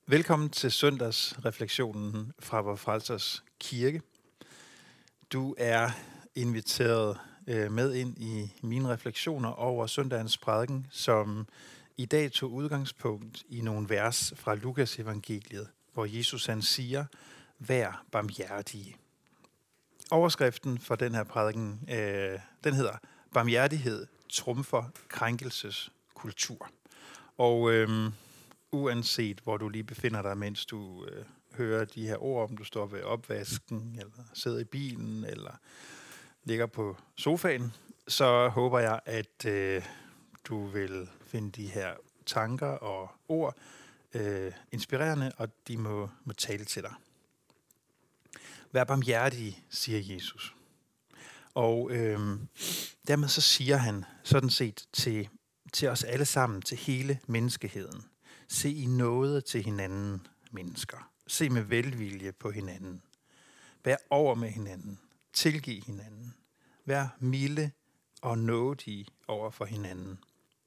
Velkommen til søndagsreflektionen fra Vor Frelsers Kirke. Du er inviteret med ind i mine refleksioner over søndagens prædiken, som i dag tog udgangspunkt i nogle vers fra Lukas evangeliet, hvor Jesus han siger, vær barmhjertige. Overskriften for den her prædiken, den hedder, barmhjertighed trumfer krænkelseskultur. Og uanset hvor du lige befinder dig, mens du hører de her ord, om du står ved opvasken, eller sidder i bilen, eller ligger på sofaen, så håber jeg, at du vil finde de her tanker og ord inspirerende, og de må tale til dig. Vær barmhjertig, siger Jesus. Og dermed så siger han sådan set til os alle sammen, til hele menneskeheden. Se i nåde til hinanden, mennesker. Se med velvilje på hinanden. Vær over med hinanden. Tilgiv hinanden. Vær milde og nådige over for hinanden.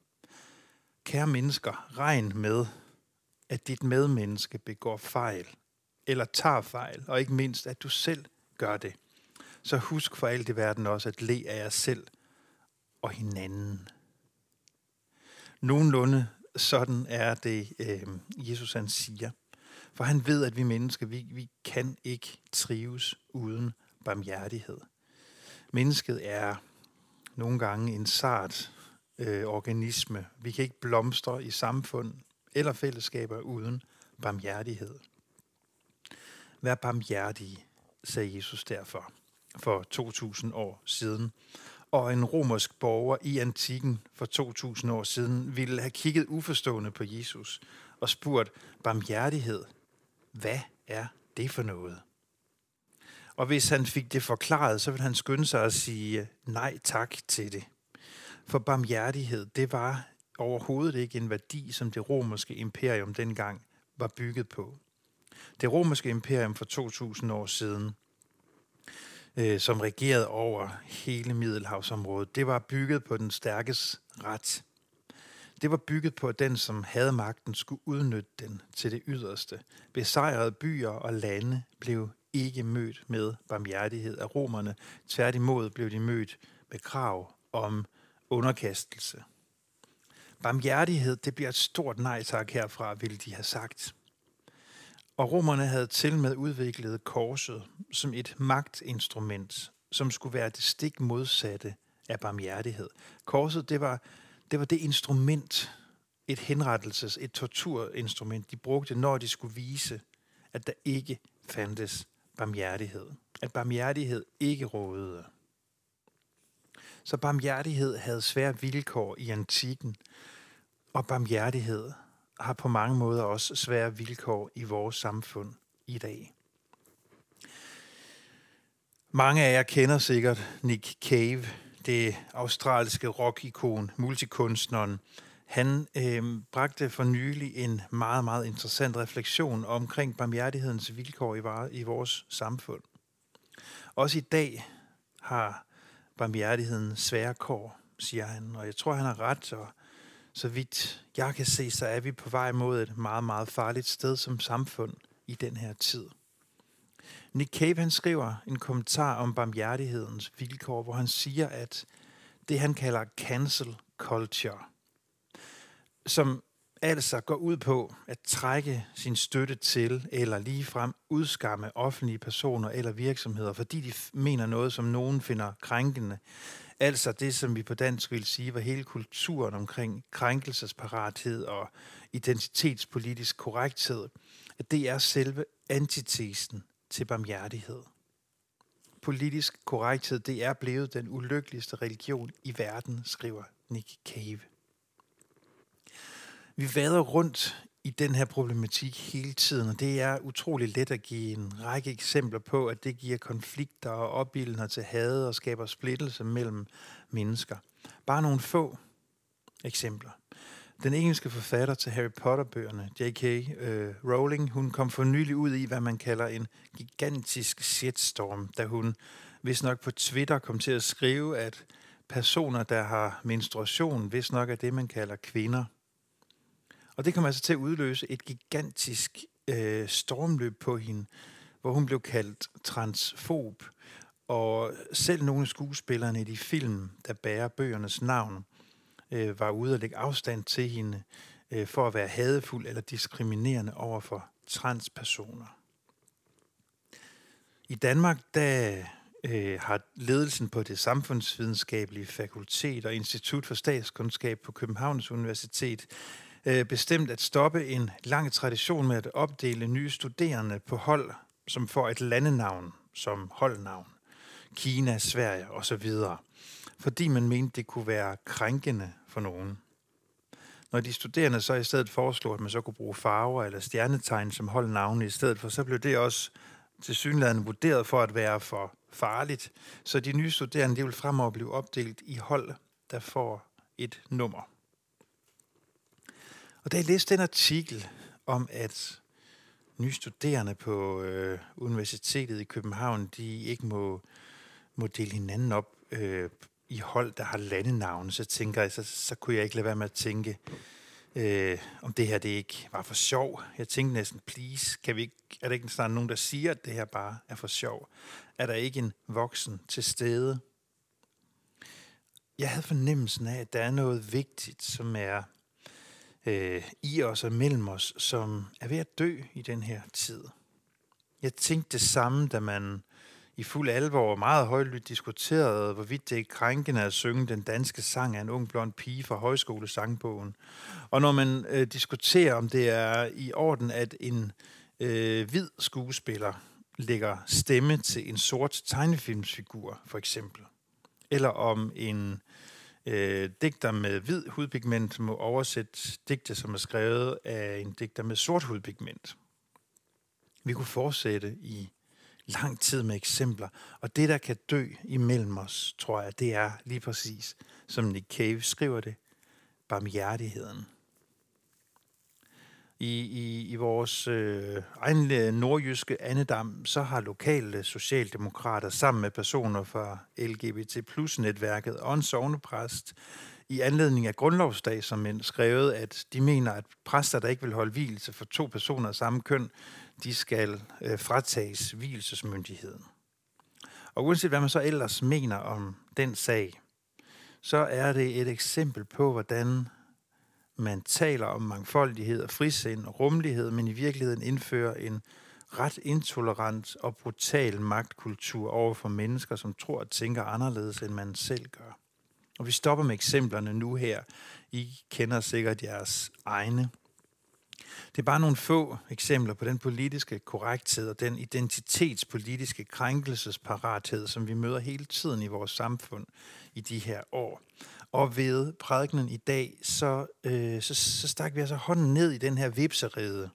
Kære mennesker, regn med, at dit medmenneske begår fejl, eller tager fejl, og ikke mindst, at du selv gør det. Så husk for alt i verden også at le af jer selv og hinanden. Nogenlunde sådan er det, Jesus han siger. For han ved, at vi mennesker, vi kan ikke trives uden barmhjertighed. Mennesket er nogle gange en sart organisme. Vi kan ikke blomstre i samfund eller fællesskaber uden barmhjertighed. Vær barmhjertige, sagde Jesus derfor for 2000 år siden. Og en romersk borger i antikken for 2000 år siden ville have kigget uforstående på Jesus og spurgt, barmhjertighed, hvad er det for noget? Og hvis han fik det forklaret, så ville han skynde sig at sige nej tak til det. For barmhjertighed, det var overhovedet ikke en værdi, som det romerske imperium dengang var bygget på. Det romerske imperium for 2000 år siden, som regerede over hele Middelhavsområdet, det var bygget på den stærkes ret. Det var bygget på, at den, som havde magten, skulle udnytte den til det yderste. Besejrede byer og lande blev ikke mødt med barmhjertighed af romerne. Tværtimod blev de mødt med krav om underkastelse. Barmhjertighed, det bliver et stort nej tak herfra, ville de have sagt. Og romerne havde til med udviklet korset som et magtinstrument, som skulle være det stik modsatte af barmhjertighed. Korset, det var det instrument, et henrettelses, et torturinstrument, de brugte, når de skulle vise, at der ikke fandtes barmhjertighed. At barmhjertighed ikke rådede. Så barmhjertighed havde svære vilkår i antikken, og barmhjertighed har på mange måder også svære vilkår i vores samfund i dag. Mange af jer kender sikkert Nick Cave, det australske rockikon, multikunstneren. Han bragte for nylig en meget, meget interessant refleksion omkring barmhjertighedens vilkår i vores samfund. Også i dag har barmhjertigheden svære kår, siger han, og jeg tror, han har ret, og så vidt jeg kan se, så er vi på vej mod et meget, meget farligt sted som samfund i den her tid. Nick Cave han skriver en kommentar om barmhjertighedens vilkår, hvor han siger, at det han kalder cancel culture, som altså går ud på at trække sin støtte til eller ligefrem udskamme offentlige personer eller virksomheder, fordi de mener noget, som nogen finder krænkende. Altså det, som vi på dansk vil sige, var hele kulturen omkring krænkelsesparathed og identitetspolitisk korrekthed, at det er selve antitesen til barmhjertighed. Politisk korrekthed, det er blevet den ulykkeligste religion i verden, skriver Nick Cave. Vi vader rundt i den her problematik hele tiden, og det er utrolig let at give en række eksempler på, at det giver konflikter og opildner til had og skaber splittelse mellem mennesker. Bare nogle få eksempler. Den engelske forfatter til Harry Potter-bøgerne, J.K. Rowling, hun kom for nylig ud i, hvad man kalder en gigantisk shitstorm, da hun vist nok på Twitter kom til at skrive, at personer, der har menstruation, vist nok er det, man kalder kvinder. Og det kom altså til at udløse et gigantisk stormløb på hende, hvor hun blev kaldt transfob. Og selv nogle af skuespillerne i de film, der bærer bøgernes navn, var ude at lægge afstand til hende for at være hadefuld eller diskriminerende over for transpersoner. I Danmark, der har ledelsen på det samfundsvidenskabelige fakultet og Institut for Statskundskab på Københavns Universitet bestemt at stoppe en lang tradition med at opdele nye studerende på hold, som får et landenavn som holdnavn. Kina, Sverige osv. Fordi man mente, det kunne være krænkende for nogen. Når de studerende så i stedet foreslog, at man så kunne bruge farver eller stjernetegn som holdnavne i stedet for, så blev det også tilsyneladende vurderet for at være for farligt. Så de nye studerende, de vil fremover blive opdelt i hold, der får et nummer. Og da jeg læste den artikel om, at nye studerende på Universitetet i København, de ikke må dele hinanden op i hold, der har landenavne, så tænker jeg, så kunne jeg ikke lade være med at tænke, om det her det ikke var for sjov. Jeg tænkte næsten, please, er der ikke snart nogen, der siger, at det her bare er for sjov? Er der ikke en voksen til stede? Jeg havde fornemmelsen af, at der er noget vigtigt, som er i os og mellem os, som er ved at dø i den her tid. Jeg tænkte det samme, da man i fuld alvor og meget højlydt diskuterede, hvorvidt det er krænkende at synge den danske sang af en ung blond pige fra højskolesangbogen. Og når man diskuterer, om det er i orden, at en hvid skuespiller lægger stemme til en sort tegnefilmsfigur, for eksempel, eller om en digter med hvid hudpigment må oversætte digte, som er skrevet af en digter med sort hudpigment. Vi kunne fortsætte i lang tid med eksempler, og det, der kan dø imellem os, tror jeg, det er lige præcis, som Nick Cave skriver det, barmhjertigheden. I vores egen nordjyske andedam, så har lokale socialdemokrater sammen med personer fra LGBT plus netværket og en sognepræst i anledning af grundlovsdag som skrevet, at de mener, at præster, der ikke vil holde vielse for 2 personer af samme køn, de skal fratages vielsesmyndigheden. Og uanset hvad man så ellers mener om den sag, så er det et eksempel på, hvordan man taler om mangfoldighed og frisind og rummelighed, men i virkeligheden indfører en ret intolerant og brutal magtkultur over for mennesker, som tror og tænker anderledes, end man selv gør. Og vi stopper med eksemplerne nu her. I kender sikkert jeres egne. Det er bare nogle få eksempler på den politiske korrekthed og den identitetspolitiske krænkelsesparathed, som vi møder hele tiden i vores samfund i de her år. Og ved prædikenen i dag, så stak vi altså hånden ned i den her vipserede.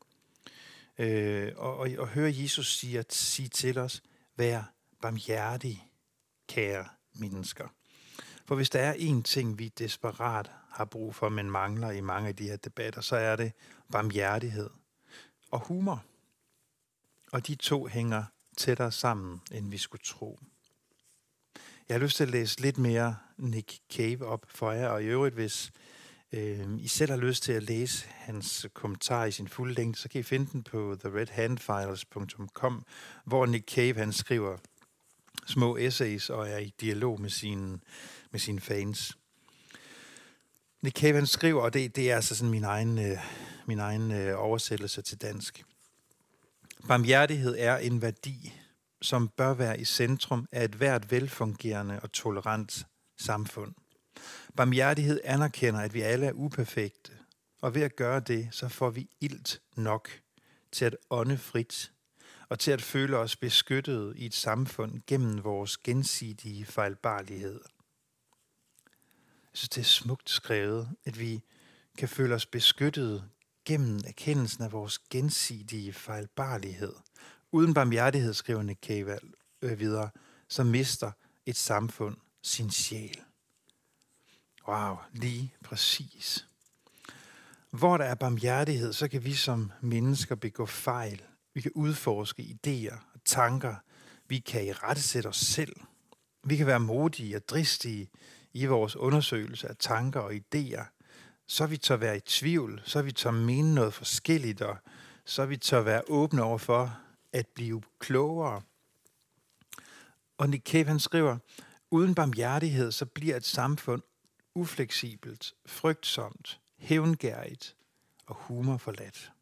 Og høre Jesus sige til os, vær barmhjertig, kære mennesker. For hvis der er én ting, vi desperat har brug for, men mangler i mange af de her debatter, så er det barmhjertighed og humor. Og de to hænger tættere sammen, end vi skulle tro. Jeg har lyst til at læse lidt mere Nick Cave op for jer, og i øvrigt, hvis I selv har lyst til at læse hans kommentar i sin fulde længde, så kan I finde den på theredhandfiles.com, hvor Nick Cave han skriver små essays og er i dialog med sine fans. Nick Cave han skriver, og det er altså sådan min egen oversættelse til dansk. Barmhjertighed er en værdi, som bør være i centrum af et hvert velfungerende og tolerant samfund. Barmhjertighed anerkender, at vi alle er uperfekte, og ved at gøre det, så får vi ilt nok til at ånde frit, og til at føle os beskyttet i et samfund gennem vores gensidige fejlbarlighed. Jeg synes, det er smukt skrevet, at vi kan føle os beskyttet gennem erkendelsen af vores gensidige fejlbarlighed. Uden barmhjertighed, skriver Nick Cave videre, så mister et samfund sin sjæl. Wow, lige præcis. Hvor der er barmhjertighed, så kan vi som mennesker begå fejl. Vi kan udforske idéer og tanker. Vi kan irettesætte os selv. Vi kan være modige og dristige i vores undersøgelse af tanker og idéer. så vi tør være i tvivl, så vi tør mene noget forskelligt, og så vi tør være åbne over for at blive klogere. Og Nick Cave, han skriver, uden barmhjertighed, så bliver et samfund ufleksibelt, frygtsomt, hævngærigt og humorforladt.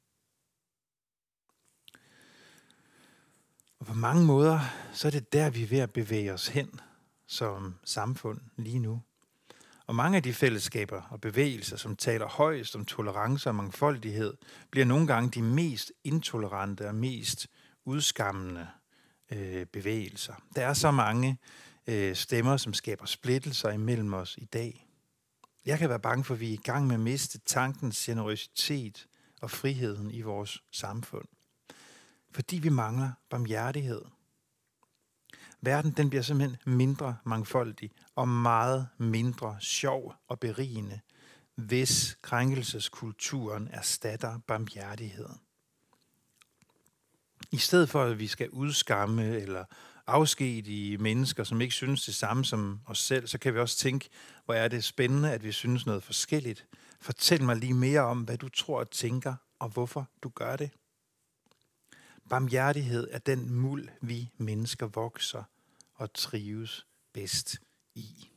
Og på mange måder, så er det der, vi er ved at bevæge os hen som samfund lige nu. Og mange af de fællesskaber og bevægelser, som taler højst om tolerance og mangfoldighed, bliver nogle gange de mest intolerante og mest udskammende bevægelser. Der er så mange stemmer, som skaber splittelser imellem os i dag. Jeg kan være bange for, at vi er i gang med at miste tankens generøsitet og friheden i vores samfund. Fordi vi mangler barmhjertighed. Verden den bliver simpelthen mindre mangfoldig og meget mindre sjov og berigende, hvis krænkelseskulturen erstatter barmhjertigheden. I stedet for, at vi skal udskamme eller afskedige mennesker, som ikke synes det samme som os selv, så kan vi også tænke, hvor er det spændende, at vi synes noget forskelligt. Fortæl mig lige mere om, hvad du tror og tænker, og hvorfor du gør det. Barmhjertighed er den muld, vi mennesker vokser og trives bedst i.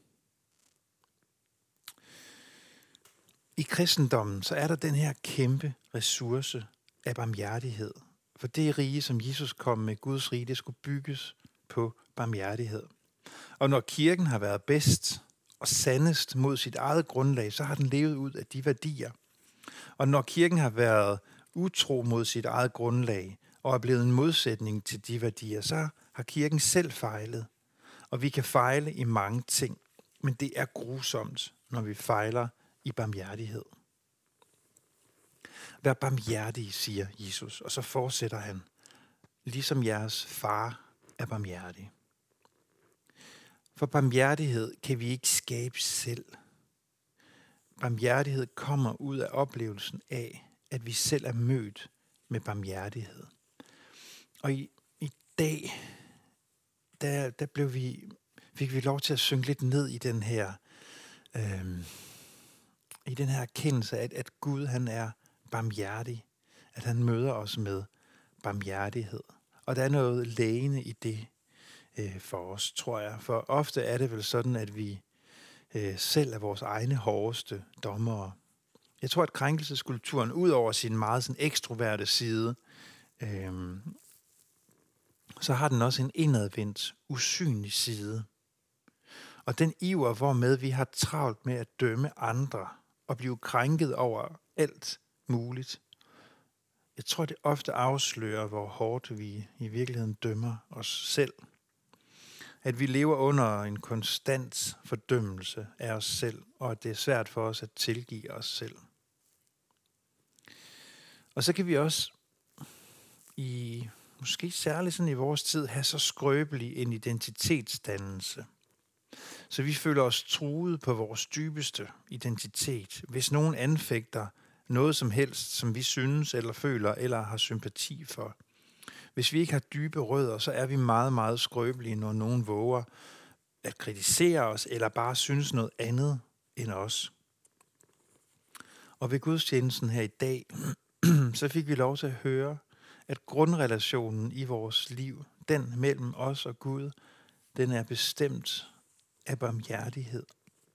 I kristendommen så er der den her kæmpe ressource af barmhjertighed. For det rige, som Jesus kom med, Guds rige, det skulle bygges på barmhjertighed. Og når kirken har været bedst og sandest mod sit eget grundlag, så har den levet ud af de værdier. Og når kirken har været utro mod sit eget grundlag og er blevet en modsætning til de værdier, så har kirken selv fejlet. Og vi kan fejle i mange ting, men det er grusomt, når vi fejler i barmhjertighed. Vær barmhjertig, siger Jesus, og så fortsætter han, ligesom jeres far er barmhjertig. For barmhjertighed kan vi ikke skabe selv. Barmhjertighed kommer ud af oplevelsen af, at vi selv er mødt med barmhjertighed. Og i dag, der fik vi lov til at synge lidt ned i den her erkendelse af, at Gud han er barmhjertig, at han møder os med barmhjertighed. Og der er noget lægende i det for os, tror jeg. For ofte er det vel sådan, at vi selv er vores egne hårdeste dommere. Jeg tror, at krænkelseskulturen, ud over sin meget sådan ekstroverte side, så har den også en indadvendt, usynlig side. Og den iver, hvormed vi har travlt med at dømme andre og blive krænket over alt muligt. Jeg tror, det ofte afslører, hvor hårdt vi i virkeligheden dømmer os selv. At vi lever under en konstant fordømmelse af os selv, og at det er svært for os at tilgive os selv. Og så kan vi også måske særligt sådan i vores tid, have så skrøbelig en identitetsdannelse. Så vi føler os truet på vores dybeste identitet, hvis nogen anfægter noget som helst, som vi synes eller føler eller har sympati for. Hvis vi ikke har dybe rødder, så er vi meget, meget skrøbelige, når nogen våger at kritisere os eller bare synes noget andet end os. Og ved gudstjenesten her i dag, så fik vi lov til at høre, at grundrelationen i vores liv, den mellem os og Gud, den er bestemt af barmhjertighed.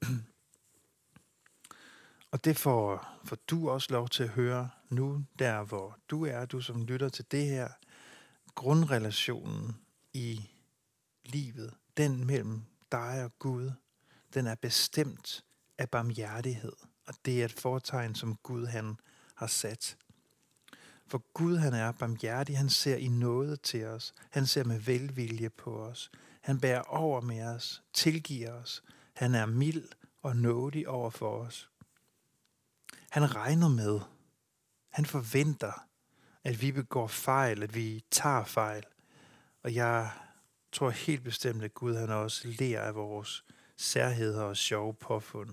Og det får du også lov til at høre nu, der hvor du er, du som lytter til det her. Grundrelationen i livet, den mellem dig og Gud, den er bestemt af barmhjertighed. Og det er et fortegn, som Gud han har sat. For Gud han er barmhjertig, han ser i nåde til os. Han ser med velvilje på os. Han bærer over med os, tilgiver os. Han er mild og nådig over for os. Han regner med, han forventer, at vi begår fejl, at vi tager fejl. Og jeg tror helt bestemt, at Gud han også lærer af vores særheder og sjove påfund.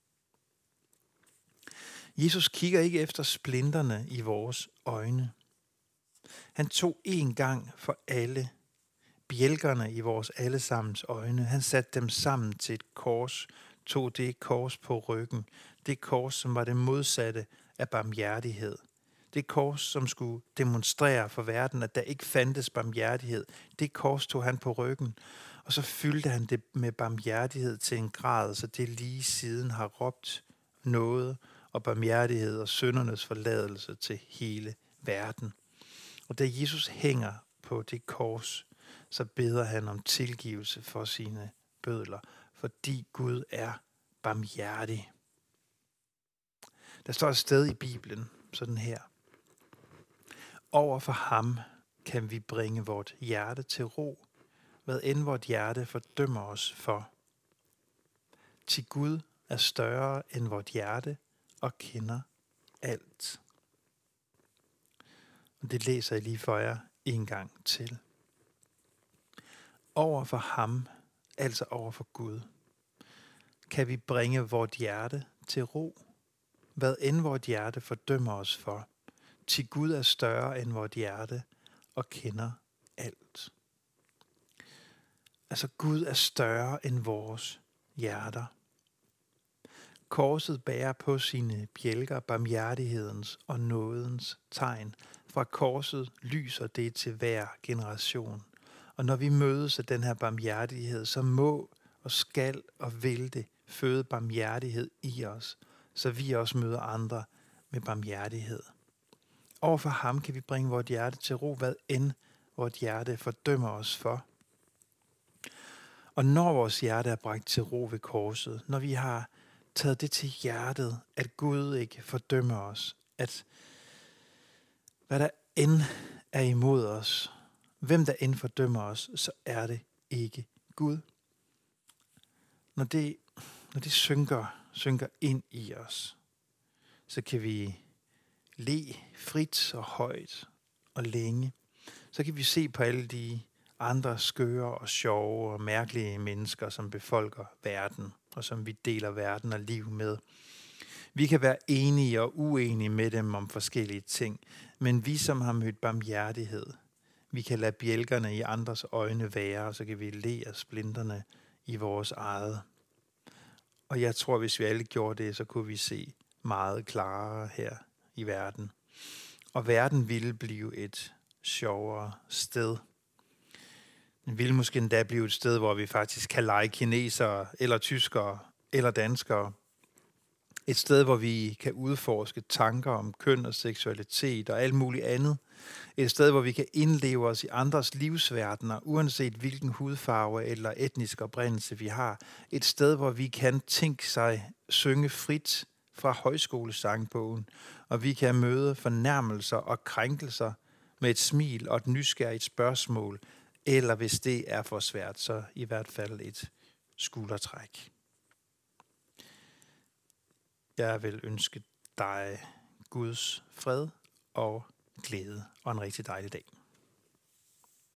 Jesus kigger ikke efter splinterne i vores øjne. Han tog en gang for alle bjælkerne i vores allesammens øjne. Han satte dem sammen til et kors, tog det kors på ryggen, Det kors, som var det modsatte af barmhjertighed. Det kors, som skulle demonstrere for verden, at der ikke fandtes barmhjertighed. Det kors tog han på ryggen, og så fyldte han det med barmhjertighed til en grad, så det lige siden har råbt nåde og barmhjertighed og syndernes forladelse til hele verden. Og da Jesus hænger på det kors, så beder han om tilgivelse for sine bødler, fordi Gud er barmhjertig. Der står et sted i Bibelen, sådan her. Over for ham kan vi bringe vort hjerte til ro, hvad end vort hjerte fordømmer os for. Til Gud er større end vort hjerte og kender alt. Og det læser jeg lige for jer en gang til. Over for ham, altså over for Gud, kan vi bringe vort hjerte til ro, hvad end vort hjerte fordømmer os for. Til Gud er større end vort hjerte og kender alt. Altså Gud er større end vores hjerter. Korset bærer på sine bjælker barmhjertighedens og nådens tegn. Fra korset lyser det til hver generation. Og når vi mødes af den her barmhjertighed, så må og skal og vil det føde barmhjertighed i os, så vi også møder andre med barmhjertighed. Overfor ham kan vi bringe vort hjerte til ro, hvad end vort hjerte fordømmer os for. Og når vores hjerte er bragt til ro ved korset, når vi har taget det til hjertet, at Gud ikke fordømmer os, at hvad der end er imod os, hvem der end fordømmer os, så er det ikke Gud. Når det synker ind i os, så kan vi le frit og højt og længe. Så kan vi se på alle de andre skøre og sjove og mærkelige mennesker, som befolker verden, og som vi deler verden og liv med. Vi kan være enige og uenige med dem om forskellige ting, men vi, som har mødt barmhjertighed, vi kan lade bjælkerne i andres øjne være, og så kan vi le af splinterne i vores eget. Og jeg tror, hvis vi alle gjorde det, så kunne vi se meget klarere her i verden. Og verden ville blive et sjovere sted. Den ville måske endda blive et sted, hvor vi faktisk kan lege kinesere, eller tyskere, eller danskere. Et sted, hvor vi kan udforske tanker om køn og seksualitet og alt muligt andet. Et sted, hvor vi kan indleve os i andres livsverdener, uanset hvilken hudfarve eller etnisk oprindelse vi har. Et sted, hvor vi kan tænke sig synge frit fra højskolesangbogen, og vi kan møde fornærmelser og krænkelser med et smil og et nysgerrigt spørgsmål, eller hvis det er for svært, så i hvert fald et skuldertræk. Jeg vil ønske dig Guds fred og glæde og en rigtig dejlig dag.